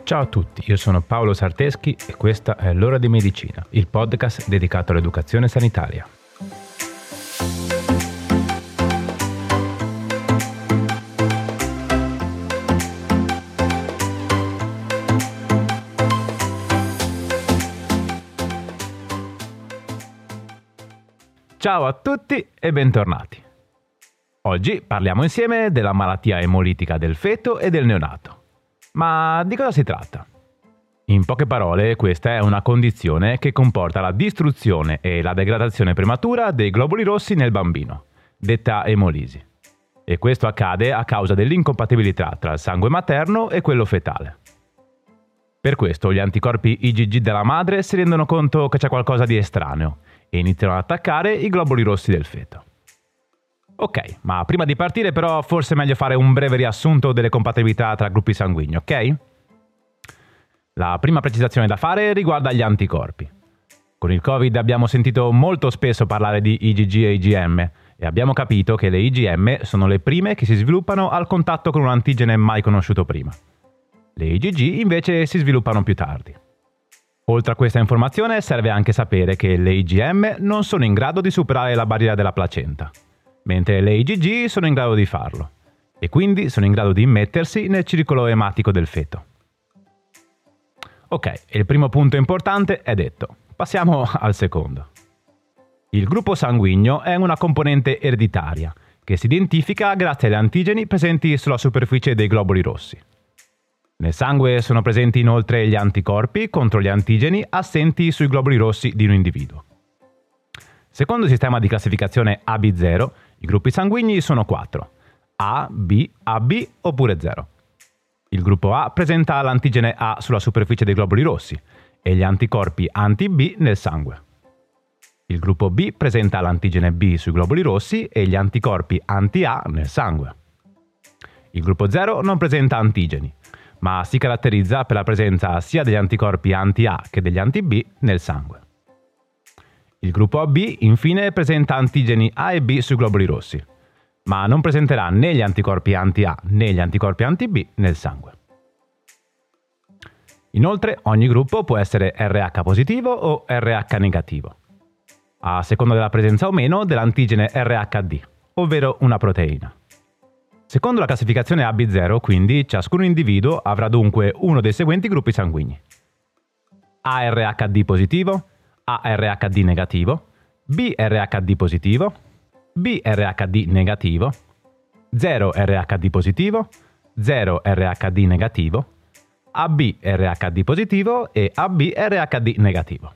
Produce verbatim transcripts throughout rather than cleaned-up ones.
Ciao a tutti, io sono Paolo Sarteschi e questa è L'Ora di Medicina, il podcast dedicato all'educazione sanitaria. Ciao a tutti e bentornati. Oggi parliamo insieme della malattia emolitica del feto e del neonato. Ma di cosa si tratta? In poche parole, questa è una condizione che comporta la distruzione e la degradazione prematura dei globuli rossi nel bambino, detta emolisi. E questo accade a causa dell'incompatibilità tra il sangue materno e quello fetale. Per questo gli anticorpi I G G della madre si rendono conto che c'è qualcosa di estraneo e iniziano ad attaccare i globuli rossi del feto. Ok, ma prima di partire però forse è meglio fare un breve riassunto delle compatibilità tra gruppi sanguigni, ok? La prima precisazione da fare riguarda gli anticorpi. Con il Covid abbiamo sentito molto spesso parlare di I G G e I G M e abbiamo capito che le I G M sono le prime che si sviluppano al contatto con un antigene mai conosciuto prima. Le I G G invece si sviluppano più tardi. Oltre a questa informazione serve anche sapere che le I G M non sono in grado di superare la barriera della placenta, mentre le I G G sono in grado di farlo, e quindi sono in grado di immettersi nel circolo ematico del feto. Ok, il primo punto importante è detto. Passiamo al secondo. Il gruppo sanguigno è una componente ereditaria, che si identifica grazie agli antigeni presenti sulla superficie dei globuli rossi. Nel sangue sono presenti inoltre gli anticorpi contro gli antigeni assenti sui globuli rossi di un individuo. Secondo il sistema di classificazione A B zero, i gruppi sanguigni sono quattro: A, B, A B oppure zero. Il gruppo A presenta l'antigene A sulla superficie dei globuli rossi e gli anticorpi anti-B nel sangue. Il gruppo B presenta l'antigene B sui globuli rossi e gli anticorpi anti-A nel sangue. Il gruppo zero non presenta antigeni, ma si caratterizza per la presenza sia degli anticorpi anti-A che degli anti-B nel sangue. Il gruppo A B infine presenta antigeni A e B sui globuli rossi, ma non presenterà né gli anticorpi anti-A né gli anticorpi anti-B nel sangue. Inoltre, ogni gruppo può essere R H positivo o R H negativo, a seconda della presenza o meno dell'antigene R H D, ovvero una proteina. Secondo la classificazione A B zero, quindi, ciascun individuo avrà dunque uno dei seguenti gruppi sanguigni: A R H D positivo, A R H D negativo, B R H D positivo, B R H D negativo, zero R H D positivo, zero R H D negativo, A B R H D positivo e A B R H D negativo.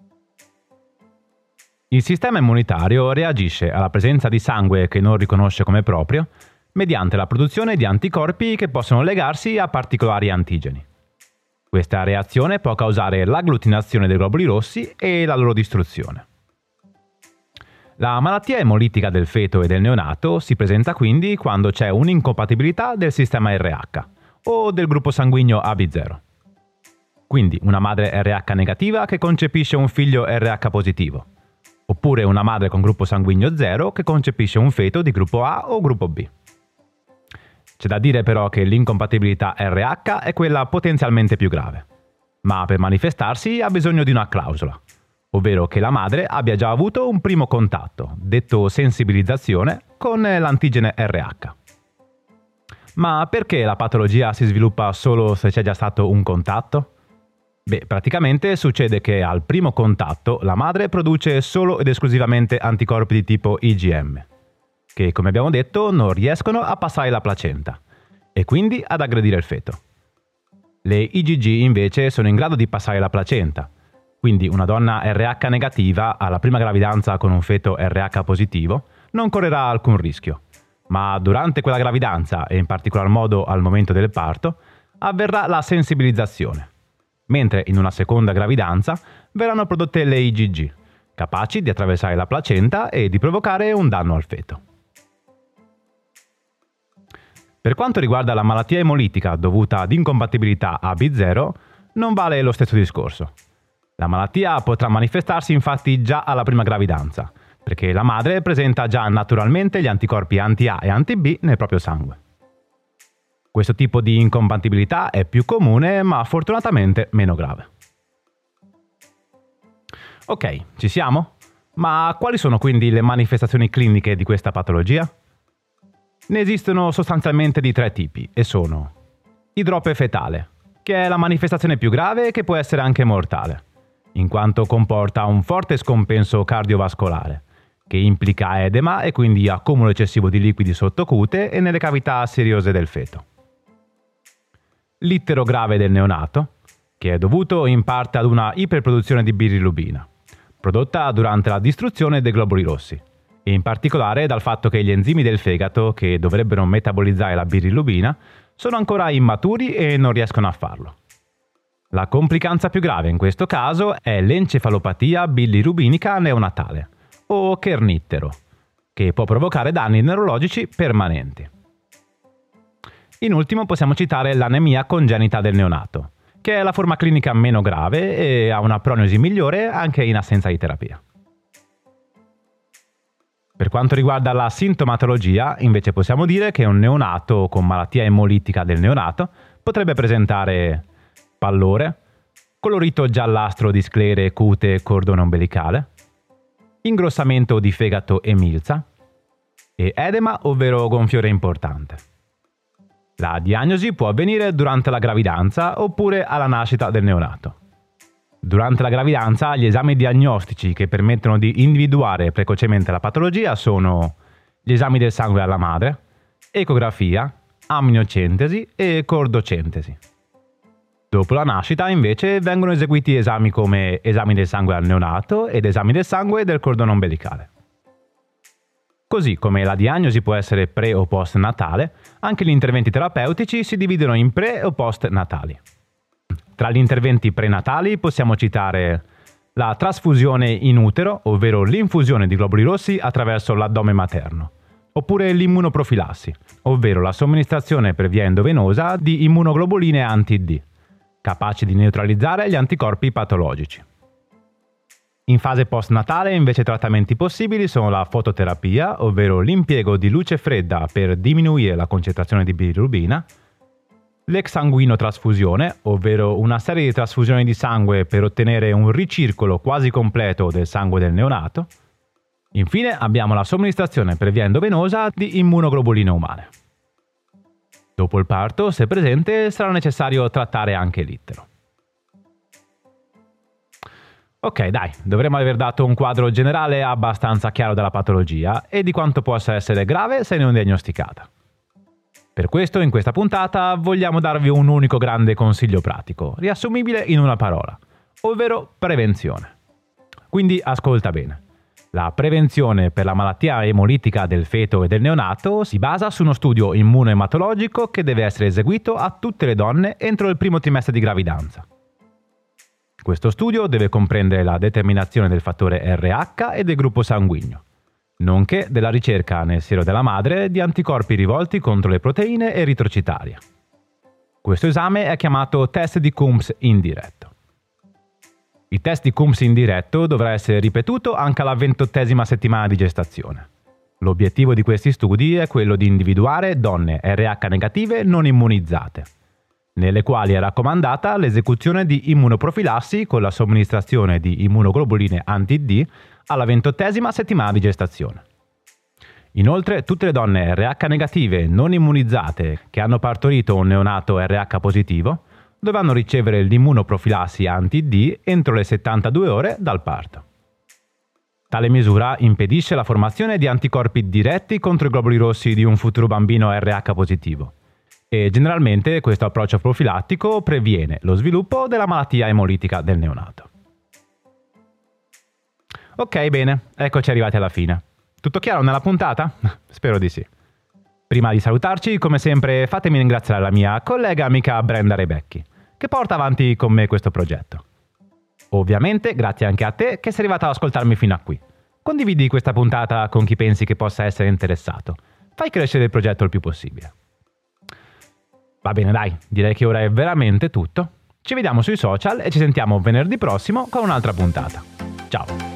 Il sistema immunitario reagisce alla presenza di sangue che non riconosce come proprio mediante la produzione di anticorpi che possono legarsi a particolari antigeni. Questa reazione può causare l'agglutinazione dei globuli rossi e la loro distruzione. La malattia emolitica del feto e del neonato si presenta quindi quando c'è un'incompatibilità del sistema R H o del gruppo sanguigno A B zero. Quindi una madre R H negativa che concepisce un figlio R H positivo, oppure una madre con gruppo sanguigno zero che concepisce un feto di gruppo A o gruppo B. C'è da dire però che l'incompatibilità R H è quella potenzialmente più grave, ma per manifestarsi ha bisogno di una clausola, ovvero che la madre abbia già avuto un primo contatto, detto sensibilizzazione, con l'antigene R H. Ma perché la patologia si sviluppa solo se c'è già stato un contatto? Beh, praticamente succede che al primo contatto la madre produce solo ed esclusivamente anticorpi di tipo I G M, che, come abbiamo detto, non riescono a passare la placenta e quindi ad aggredire il feto. Le I G G invece sono in grado di passare la placenta, quindi una donna R H negativa alla prima gravidanza con un feto R H positivo non correrà alcun rischio, ma durante quella gravidanza e in particolar modo al momento del parto avverrà la sensibilizzazione, mentre in una seconda gravidanza verranno prodotte le I G G, capaci di attraversare la placenta e di provocare un danno al feto. Per quanto riguarda la malattia emolitica dovuta ad incompatibilità A B zero, non vale lo stesso discorso. La malattia potrà manifestarsi infatti già alla prima gravidanza, perché la madre presenta già naturalmente gli anticorpi anti-A e anti-B nel proprio sangue. Questo tipo di incompatibilità è più comune, ma fortunatamente meno grave. Ok, ci siamo? Ma quali sono quindi le manifestazioni cliniche di questa patologia? Ne esistono sostanzialmente di tre tipi e sono idrope fetale, che è la manifestazione più grave e che può essere anche mortale, in quanto comporta un forte scompenso cardiovascolare, che implica edema e quindi accumulo eccessivo di liquidi sottocute e nelle cavità seriose del feto. L'ittero grave del neonato, che è dovuto in parte ad una iperproduzione di bilirubina, prodotta durante la distruzione dei globuli rossi, e in particolare dal fatto che gli enzimi del fegato, che dovrebbero metabolizzare la bilirubina, sono ancora immaturi e non riescono a farlo. La complicanza più grave in questo caso è l'encefalopatia bilirubinica neonatale, o kernittero, che può provocare danni neurologici permanenti. In ultimo possiamo citare l'anemia congenita del neonato, che è la forma clinica meno grave e ha una prognosi migliore anche in assenza di terapia. Per quanto riguarda la sintomatologia, invece possiamo dire che un neonato con malattia emolitica del neonato potrebbe presentare pallore, colorito giallastro di sclere cute e cordone ombelicale, ingrossamento di fegato e milza e edema ovvero gonfiore importante. La diagnosi può avvenire durante la gravidanza oppure alla nascita del neonato. Durante la gravidanza gli esami diagnostici che permettono di individuare precocemente la patologia sono gli esami del sangue alla madre, ecografia, amniocentesi e cordocentesi. Dopo la nascita invece vengono eseguiti esami come esami del sangue al neonato ed esami del sangue del cordone ombelicale. Così come la diagnosi può essere pre- o post-natale, anche gli interventi terapeutici si dividono in pre- o post-natali. Tra gli interventi prenatali possiamo citare la trasfusione in utero, ovvero l'infusione di globuli rossi attraverso l'addome materno, oppure l'immunoprofilassi, ovvero la somministrazione per via endovenosa di immunoglobuline anti-D, capaci di neutralizzare gli anticorpi patologici. In fase postnatale invece trattamenti possibili sono la fototerapia, ovvero l'impiego di luce fredda per diminuire la concentrazione di bilirubina, l'exsanguinotrasfusione, ovvero una serie di trasfusioni di sangue per ottenere un ricircolo quasi completo del sangue del neonato. Infine abbiamo la somministrazione per via endovenosa di immunoglobuline umane. Dopo il parto, se presente, sarà necessario trattare anche l'ittero. Ok, dai, dovremmo aver dato un quadro generale abbastanza chiaro della patologia e di quanto possa essere grave se non diagnosticata. Per questo, in questa puntata, vogliamo darvi un unico grande consiglio pratico, riassumibile in una parola, ovvero prevenzione. Quindi ascolta bene. La prevenzione per la malattia emolitica del feto e del neonato si basa su uno studio immunoematologico che deve essere eseguito a tutte le donne entro il primo trimestre di gravidanza. Questo studio deve comprendere la determinazione del fattore erre acca e del gruppo sanguigno, nonché della ricerca nel seno della madre di anticorpi rivolti contro le proteine eritrocitarie. Questo esame è chiamato test di Coombs indiretto. Il test di Coombs indiretto dovrà essere ripetuto anche alla ventottesima settimana di gestazione. L'obiettivo di questi studi è quello di individuare donne erre acca negative non immunizzate, nelle quali è raccomandata l'esecuzione di immunoprofilassi con la somministrazione di immunoglobuline anti-D alla ventottesima settimana di gestazione. Inoltre, tutte le donne erre acca negative non immunizzate che hanno partorito un neonato erre acca positivo dovranno ricevere l'immunoprofilassi anti-D entro le settantadue ore dal parto. Tale misura impedisce la formazione di anticorpi diretti contro i globuli rossi di un futuro bambino erre acca positivo. E generalmente questo approccio profilattico previene lo sviluppo della malattia emolitica del neonato. Ok, bene, eccoci arrivati alla fine. Tutto chiaro nella puntata? Spero di sì. Prima di salutarci, come sempre, fatemi ringraziare la mia collega amica Brenda Rebecchi, che porta avanti con me questo progetto. Ovviamente, grazie anche a te che sei arrivato ad ascoltarmi fino a qui. Condividi questa puntata con chi pensi che possa essere interessato. Fai crescere il progetto il più possibile. Va bene, dai, direi che ora è veramente tutto. Ci vediamo sui social e ci sentiamo venerdì prossimo con un'altra puntata. Ciao!